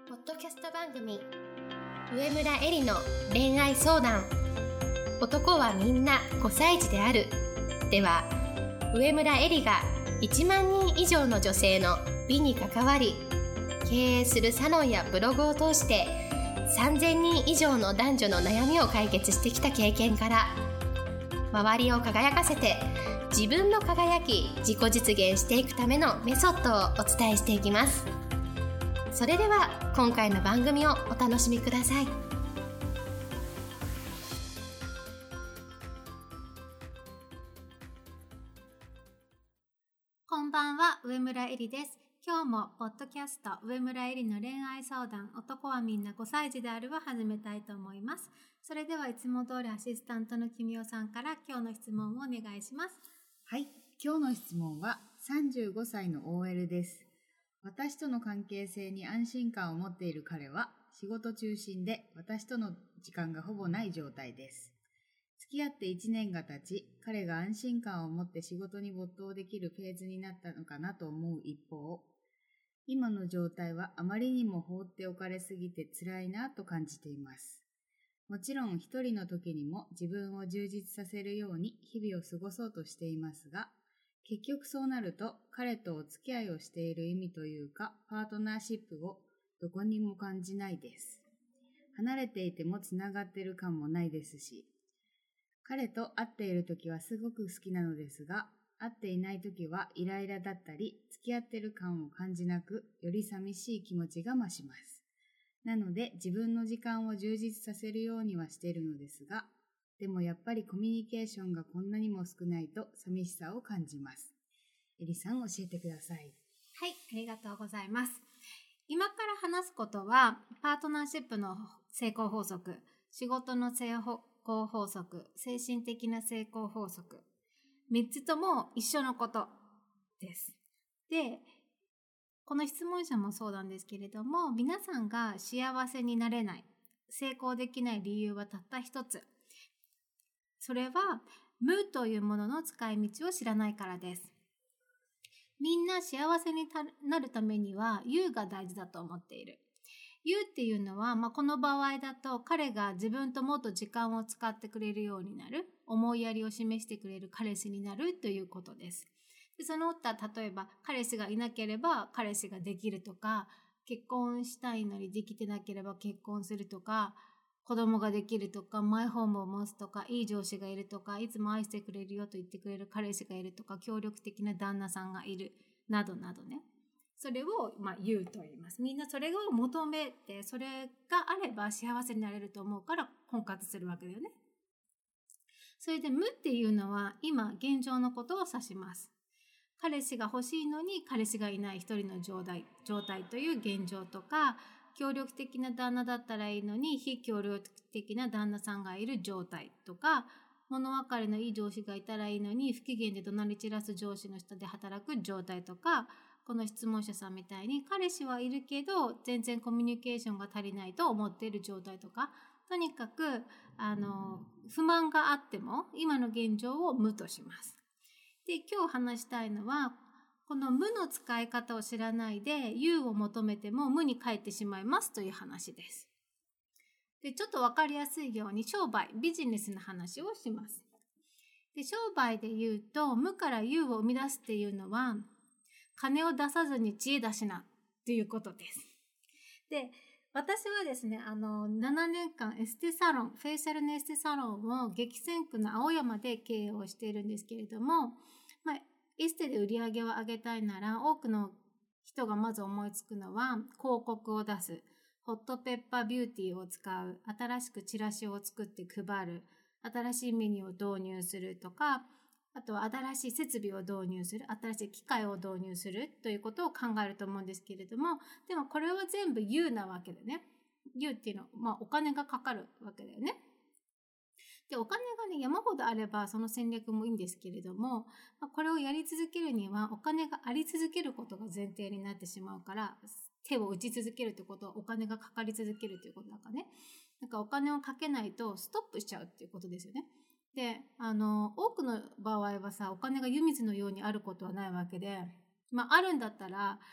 ポッドキャスト番組上村えりの恋愛相談。男はみんな5歳児であるでは、上村えりが1万人以上の女性の美に関わり、経営するサロンやブログを通して3000人以上の男女の悩みを解決してきた経験から、周りを輝かせて自分も輝き自己実現していくためのメソッドをお伝えしていきます。それでは今回の番組をお楽しみください。 こんばんは、上村えりです。今日もポッドキャスト上村えりの恋愛相談、男はみんな5歳児であるを始めたいと思います。それではいつも通りアシスタントのきみおさんから今日の質問をお願いします。 はい、今日の質問は35歳の OL です。私との関係性に安心感を持っている彼は仕事中心で、私との時間がほぼない状態です。付き合って1年が経ち、彼が安心感を持って仕事に没頭できるフェーズになったのかなと思う一方、今の状態はあまりにも放っておかれすぎて辛いなと感じています。もちろん一人の時にも自分を充実させるように日々を過ごそうとしていますが、結局そうなると彼とお付き合いをしている意味というかパートナーシップをどこにも感じないです。離れていてもつながっている感もないですし、彼と会っている時はすごく好きなのですが、会っていない時はイライラだったり付き合っている感を感じなく、より寂しい気持ちが増します。なので自分の時間を充実させるようにはしているのですが、でもやっぱりコミュニケーションがこんなにも少ないと寂しさを感じます。えりさん、教えてください。 はい、ありがとうございます。今から話すことはパートナーシップの成功法則、仕事の成功法則、精神的な成功法則、3つとも一緒のことです。で、この質問者もそうなんですけれども、皆さんが幸せになれない、成功できない理由はたった一つ。それは無というものの使い道を知らないからです。みんな幸せになるためには有が大事だと思っている。有っていうのは、この場合だと彼が自分ともっと時間を使ってくれるようになる、思いやりを示してくれる彼氏になるということです。で、その他、例えば彼氏がいなければ彼氏ができるとか、結婚したいのにできてなければ結婚するとか、子供ができるとか、マイホームを持つとか、いい上司がいるとか、いつも愛してくれるよと言ってくれる彼氏がいるとか、協力的な旦那さんがいるなどなどね。それを言うと言います。みんなそれを求めて、それがあれば幸せになれると思うから婚活するわけだよね。それで無っていうのは今現状のことを指します。彼氏が欲しいのに彼氏がいない一人の状態という現状とか、協力的な旦那だったらいいのに非協力的な旦那さんがいる状態とか、物分かりのいい上司がいたらいいのに不機嫌で怒鳴り散らす上司の下で働く状態とか、この質問者さんみたいに彼氏はいるけど全然コミュニケーションが足りないと思っている状態とか、とにかく不満があっても今の現状を無とします。で、今日話したいのはこの無の使い方を知らないで有を求めても無に返ってしまいますという話です。で、ちょっとわかりやすいように商売、ビジネスの話をします。で、商売で言うと無から有を生み出すっていうのは金を出さずに知恵出しなということです。で、私はですね、7年間エステサロン、フェイシャルのエステサロンを激戦区の青山で経営をしているんですけれども、エステで売り上げを上げたいなら多くの人がまず思いつくのは広告を出す、ホットペッパービューティーを使う、新しくチラシを作って配る、新しいメニューを導入するとか、あとは新しい設備を導入する、新しい機械を導入するということを考えると思うんですけれども、でもこれは全部有なわけだよね。有っていうのは、お金がかかるわけだよね。で、お金がね、山ほどあればその戦略もいいんですけれども、これをやり続けるにはお金があり続けることが前提になってしまうから、手を打ち続けるということはお金がかかり続けるということだからね。なんかお金をかけないとストップしちゃうっていうことですよね。で、多くの場合はさ、お金が湯水のようにあることはないわけで、あるんだったら、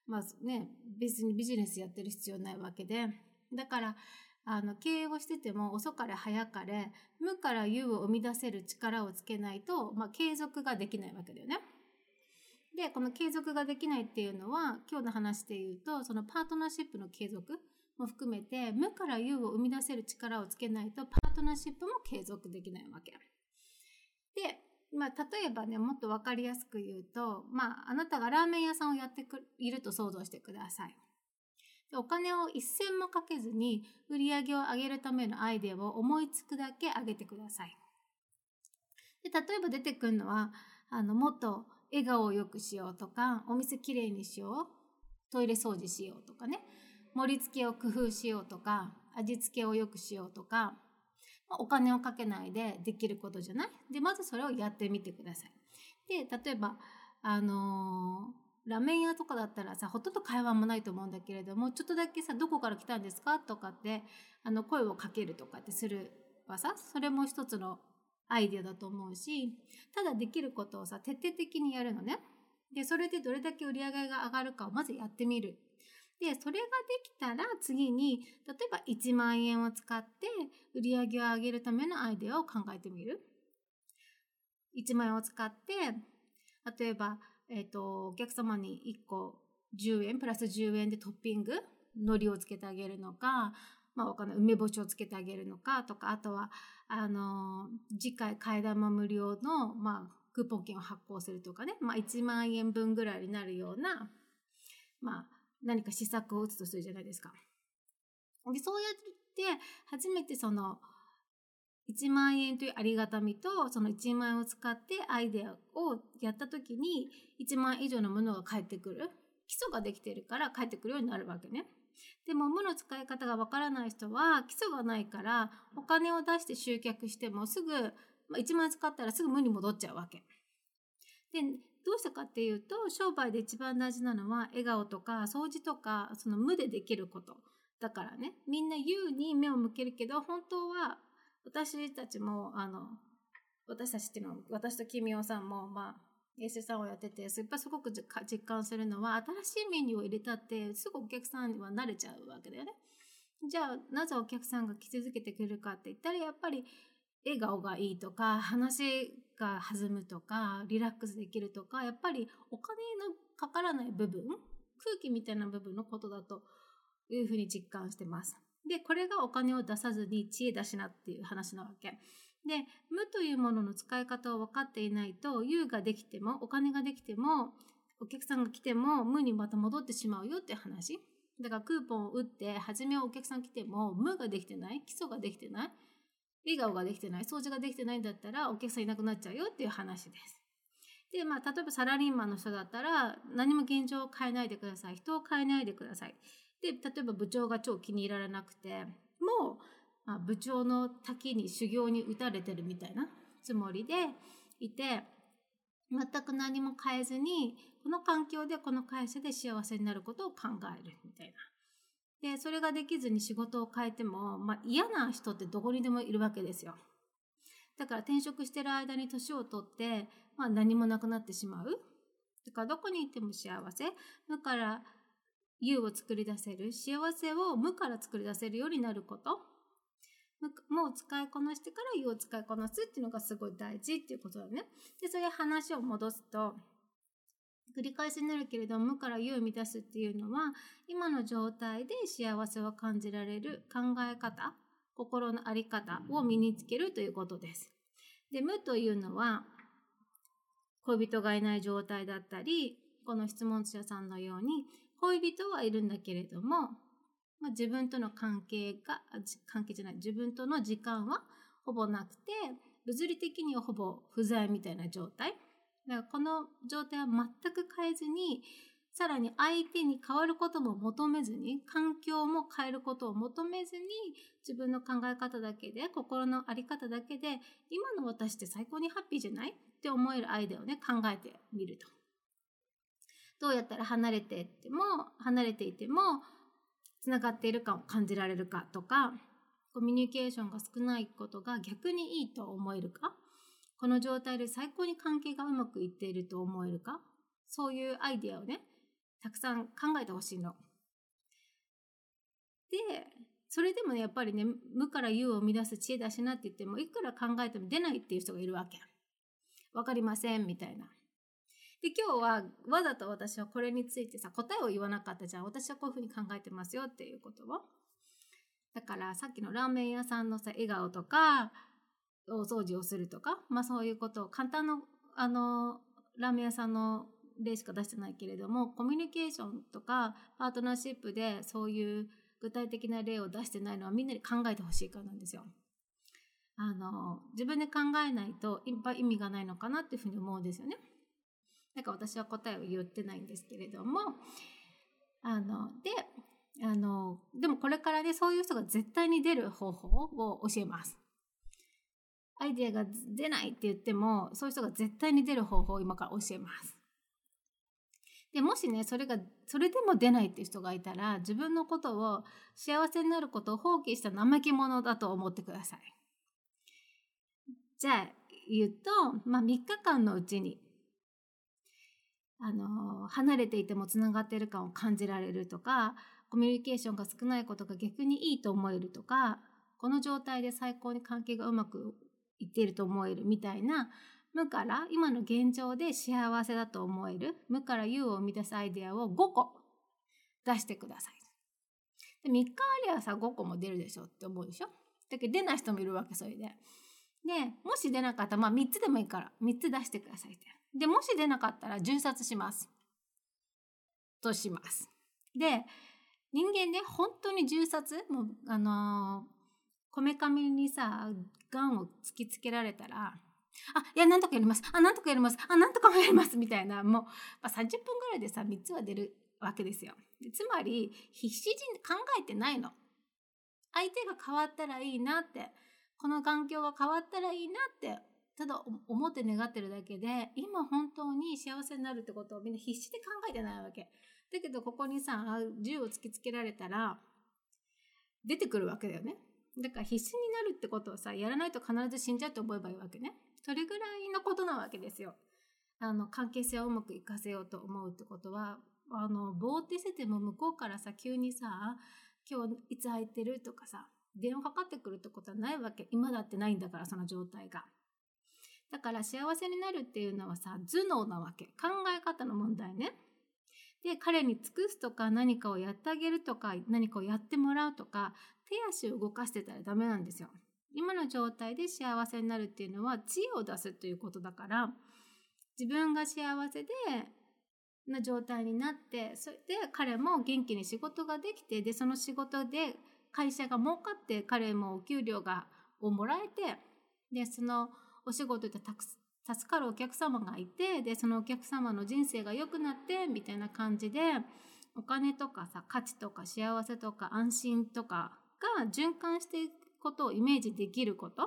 別にビジネスやってる必要ないわけで、だから経営をしてても遅かれ早かれ無から有を生み出せる力をつけないと、継続ができないわけだよね。でこの継続ができないっていうのは今日の話で言うと、そのパートナーシップの継続も含めて無から有を生み出せる力をつけないとパートナーシップも継続できないわけで、例えばね、もっと分かりやすく言うと、あなたがラーメン屋さんをやっていると想像してください。でお金を一銭もかけずに売り上げを上げるためのアイデアを思いつくだけ上げてください。で例えば出てくるのはもっと笑顔を良くしようとか、お店きれいにしよう、トイレ掃除しようとかね、盛り付けを工夫しようとか、味付けを良くしようとか、お金をかけないでできることじゃない？でまずそれをやってみてください。で例えばラーメン屋とかだったらさ、ほとんど会話もないと思うんだけれども、ちょっとだけさ、どこから来たんですかとかって声をかけるとかってするはさ、それも一つのアイデアだと思うし、ただできることをさ、徹底的にやるのね。でそれでどれだけ売り上げが上がるかをまずやってみる。でそれができたら次に、例えば1万円を使って売り上げを上げるためのアイデアを考えてみる。1万円を使って例えば、お客様に1個10円プラス10円でトッピング海苔をつけてあげるのか、わかんない梅干しをつけてあげるのかとか、あとは次回替え玉無料の、クーポン券を発行するとかね、1万円分ぐらいになるような、何か施策を打つとするじゃないですか。でそうやって初めてその1万円というありがたみと、その1万円を使ってアイデアをやった時に1万円以上のものが返ってくる、基礎ができているから返ってくるようになるわけね。でも無の使い方がわからない人は基礎がないから、お金を出して集客してもすぐ、1万円使ったらすぐ無に戻っちゃうわけで、どうしたかっていうと、商売で一番大事なのは笑顔とか掃除とか、その無でできることだからね。みんな言うに目を向けるけど、本当は私たちも私たちっていうのは、私とキミオさんもエースさんをやってて、やっぱすごく実感するのは、新しいメニューを入れたってすぐお客さんには慣れちゃうわけだよね。じゃあなぜお客さんが来続けてくるかって言ったら、やっぱり笑顔がいいとか、話が弾むとか、リラックスできるとか、やっぱりお金のかからない部分、空気みたいな部分のことだというふうに実感してます。でこれがお金を出さずに知恵出しなっていう話なわけで、無というものの使い方を分かっていないと、有ができてもお金ができてもお客さんが来ても無にまた戻ってしまうよっていう話だから、クーポンを打って初めはお客さん来ても無ができてない、基礎ができてない、笑顔ができてない、掃除ができてないんだったらお客さんいなくなっちゃうよっていう話です。で例えばサラリーマンの人だったら、何も現状を変えないでください、人を変えないでください。で例えば部長が超気に入られなくて、もう、部長の滝に修行に打たれてるみたいなつもりでいて、全く何も変えずにこの環境でこの会社で幸せになることを考えるみたいな。でそれができずに仕事を変えても、嫌な人ってどこにでもいるわけですよ。だから転職してる間に年を取って、何もなくなってしまう。だからどこにいても幸せ、無から有を作り出せる、幸せを無から作り出せるようになること、無を使いこなしてから有を使いこなすっていうのがすごい大事っていうことだね。でそれ話を戻すと、繰り返しになるけれど無から有を満たすっていうのは、今の状態で幸せを感じられる考え方、心の在り方を身につけるということです。で無というのは恋人がいない状態だったり、この質問者さんのように恋人はいるんだけれども、自分との関係じゃない、自分との時間はほぼなくて、物理的にはほぼ不在みたいな状態。だからこの状態は全く変えずに、さらに相手に変わることも求めずに、環境も変えることを求めずに、自分の考え方だけで、心の在り方だけで、今の私って最高にハッピーじゃないって思えるアイデアをね、考えてみると。どうやったら離れていてもつながっているかを感じられるかとか、コミュニケーションが少ないことが逆にいいと思えるか、この状態で最高に関係がうまくいっていると思えるか、そういうアイデアをね、 たくさん考えてほしいの。で、それでもね、やっぱりね、無から有を生み出す知恵だしなって言っても、いくら考えても出ないっていう人がいるわけ。わかりません、みたいな。で、今日はわざと私はこれについてさ、答えを言わなかったじゃん。私はこういうふうに考えてますよっていうことを。だからさっきのラーメン屋さんのさ、笑顔とか、お掃除をするとか、そういうことを簡単な、ラーメン屋さんの例しか出してないけれども、コミュニケーションとかパートナーシップでそういう具体的な例を出してないのはみんなに考えてほしいからなんですよ。自分で考えないといっぱい意味がないのかなっていうふうに思うんですよね。だから私は答えを言ってないんですけれども、でもこれからね、そういう人が絶対に出る方法を教えます。アイデアが出ないって言っても、そういう人が絶対に出る方法を今から教えます。で、もしね、それでも出ないっていう人がいたら、自分のことを幸せになることを放棄した怠け者だと思ってください。じゃあ言うと、3日間のうちに離れていてもつながっている感を感じられるとか、コミュニケーションが少ないことが逆にいいと思えるとか、この状態で最高に関係がうまくいっていると思えるみたいな、無から今の現状で幸せだと思える、無から有を生み出すアイデアを5個出してください。で、3日ありゃさ、5個も出るでしょって思うでしょ。だけど出ない人もいるわけ、それで。で、もし出なかったら、3つでもいいから3つ出してくださいって。で、もし出なかったら10冊します。とします。で、人間ね、本当に10冊もう、こめかみにさ、ガンを突きつけられたら、いや、なんとかやります。なんとかやります。なんとかもやります。みたいな、もう、30分ぐらいでさ、3つは出るわけですよ。つまり、必死に考えてないの。相手が変わったらいいなって、この環境が変わったらいいなって、ただ思って願ってるだけで、今本当に幸せになるってことをみんな必死で考えてないわけ。だけどここにさ、銃を突きつけられたら出てくるわけだよね。だから必死になるってことをさ、やらないと必ず死んじゃうと思えばいいわけね。それぐらいのことなわけですよ。関係性をうまくいかせようと思うってことは、ぼーってしてても向こうからさ、急にさ、今日いつ空いてるとかさ、電話かかってくるってことはないわけ。今だってないんだから、その状態が。だから幸せになるっていうのはさ、頭脳なわけ。考え方の問題ね。で、彼に尽くすとか、何かをやってあげるとか、何かをやってもらうとか、手足を動かしてたらダメなんですよ。今の状態で幸せになるっていうのは知恵を出すということだから、自分が幸せな状態になって、それで彼も元気に仕事ができて、でその仕事で会社が儲かって、彼もお給料をもらえて、でそのお仕事で助かるお客様がいて、でそのお客様の人生が良くなってみたいな感じで、お金とかさ、価値とか幸せとか安心とかが循環していくことをイメージできること、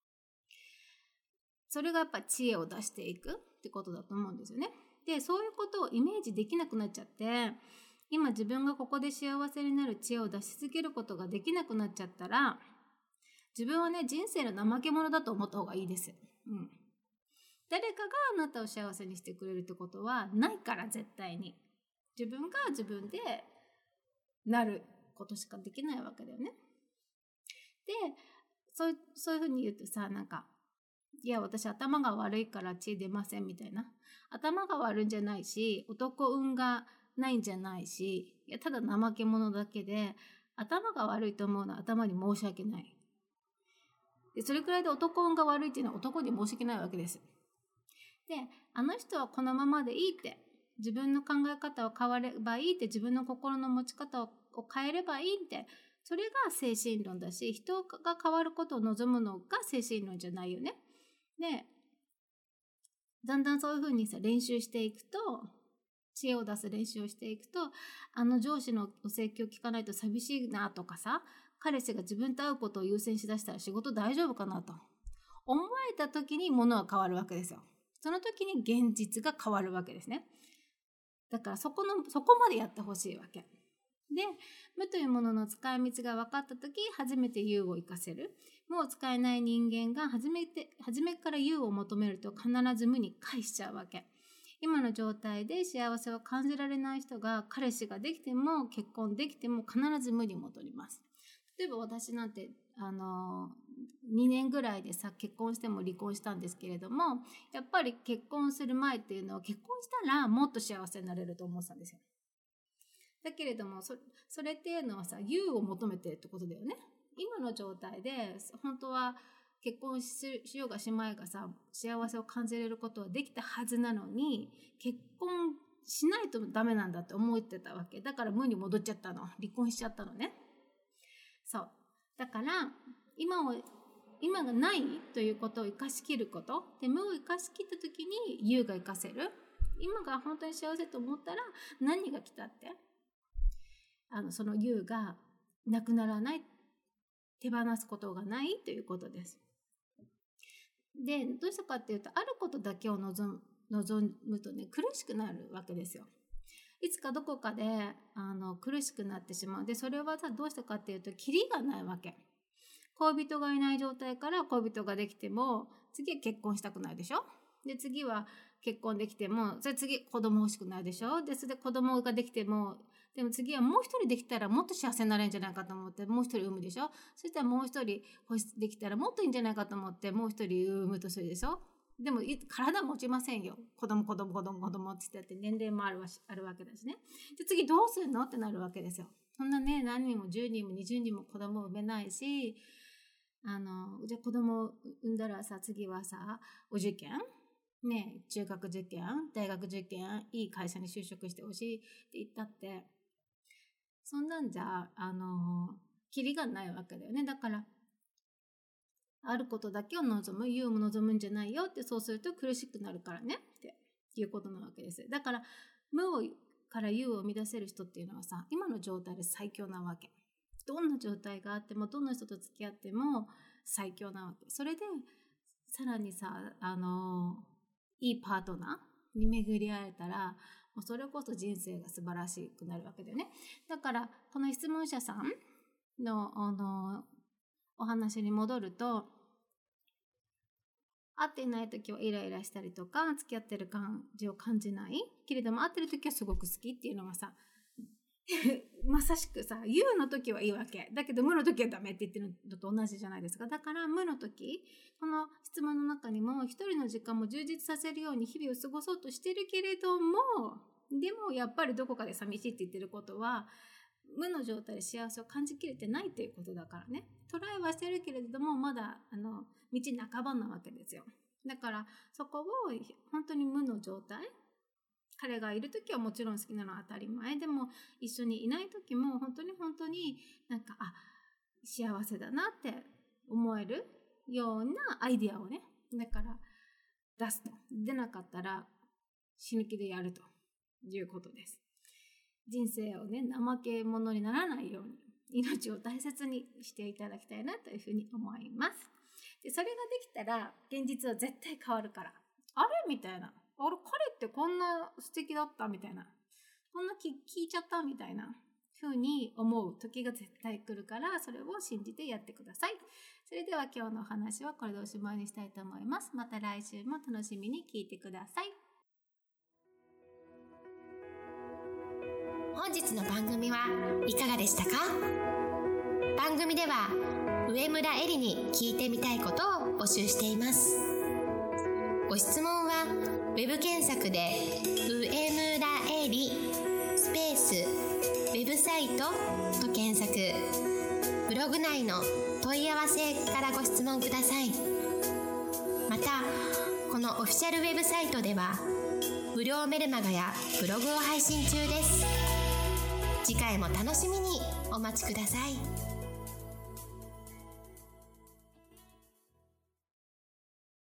それがやっぱ知恵を出していくってことだと思うんですよね。で、そういうことをイメージできなくなっちゃって、今自分がここで幸せになる知恵を出し続けることができなくなっちゃったら、自分はね、人生の怠け者だと思った方がいいです。誰かがあなたを幸せにしてくれるってことはないから、絶対に。自分が自分でなることしかできないわけだよね。で、そういうふうに言うとさ、いや、私頭が悪いから知恵出ませんみたいな。頭が悪いんじゃないし、男運がないんじゃないし、いや、ただ怠け者だけで、頭が悪いと思うのは頭に申し訳ない。で、それくらいで男運が悪いっていうのは男に申し訳ないわけです。で、あの人はこのままでいいって、自分の考え方を変わればいいって、自分の心の持ち方を変えればいいって、それが精神論だし、人が変わることを望むのが精神論じゃないよね。で、だんだんそういうふうにさ、練習していくと、知恵を出す練習をしていくと、上司のお説教聞かないと寂しいなとかさ、彼氏が自分と会うことを優先しだしたら仕事大丈夫かなと思えた時に物は変わるわけですよ。その時に現実が変わるわけですね。だからそこまでやってほしいわけ。で、無というものの使い道が分かった時、初めて有を生かせる。無を使えない人間が初めから有を求めると必ず無に返しちゃうわけ。 今の状態で幸せを感じられない人が彼氏ができても結婚できても必ず無に戻ります。例えば私なんて2年ぐらいでさ結婚しても離婚したんですけれども、やっぱり結婚する前っていうのは結婚したらもっと幸せになれると思ってたんですよ。だけれども それっていうのはさ、優を求めてるってことだよね。今の状態で本当は結婚 しようがしまいがさ幸せを感じれることはできたはずなのに、結婚しないとダメなんだって思ってたわけだから、無に戻っちゃったの、離婚しちゃったのね。そうだから今がないということを生かしきることで、無を生かしきった時に優が生かせる。今が本当に幸せと思ったら何が来たってその優がなくならない、手放すことがないということです。でどうしたかっていうと、あることだけを望むとね苦しくなるわけですよ。いつかどこかで苦しくなってしまう。でそれはさどうしたかっていうと、キリがないわけ。恋人がいない状態から恋人ができても次は結婚したくないでしょ。で次は結婚できてもそれ次子供欲しくないでしょ。でそれで子供ができてもでも次はもう一人できたらもっと幸せになれるんじゃないかと思ってもう一人産むでしょ。そしたらもう一人できたらもっといいんじゃないかと思ってもう一人産むとするでしょ。でも体持ちませんよ。子供って言って年齢もあるわけだしね。で次どうするのってなるわけですよ。そんなね何人も10人も20人も子供を産めないし、じゃあ子供産んだらさ次はさお受験ね、中学受験大学受験いい会社に就職してほしいって言ったってそんなんじゃキリがないわけだよね。だからあることだけを望む、優も望むんじゃないよって、そうすると苦しくなるからねっていうことなわけです。だから無から優を生み出せる人っていうのはさ、今の状態で最強なわけ。どんな状態があってもどんな人と付き合っても最強なわけ。それでさらにさいいパートナーに巡り会えたらもうそれこそ人生が素晴らしくなるわけだよね。だからこの質問者さんのお話に戻ると、会っていない時はイライラしたりとか付き合ってる感じを感じないけれども、会ってる時はすごく好きっていうのがさまさしくさ、優の時はいいわけだけど無の時はダメって言ってるのと同じじゃないですか。だから無の時、この質問の中にも一人の時間も充実させるように日々を過ごそうとしてるけれども、でもやっぱりどこかで寂しいって言ってることは無の状態で幸せを感じきれてないということだからね。トライはしてるけれどもまだ道半ばなわけですよ。だからそこを本当に無の状態、彼がいる時はもちろん好きなのは当たり前でも、一緒にいない時も本当になんか幸せだなって思えるようなアイディアをね、だから出すと。出なかったら死ぬ気でやるということです。人生をね怠け者にならないように命を大切にしていただきたいなというふうに思います。でそれができたら現実は絶対変わるから、あれみたいな、彼ってこんな素敵だったみたいな、こんな聞いちゃったみたいな風に思う時が絶対来るから、それを信じてやってください。それでは今日のお話はこれでおしまいにしたいと思います。また来週も楽しみに聞いてください。 本日の番組はいかがでしたか？番組では上村えりに聞いてみたいことを募集しています。ご質問はウェブ検索で上村えりスペースウェブサイトと検索、ブログ内の問い合わせからご質問ください。またこのオフィシャルウェブサイトでは無料メルマガやブログを配信中です。次回も楽しみにお待ちください。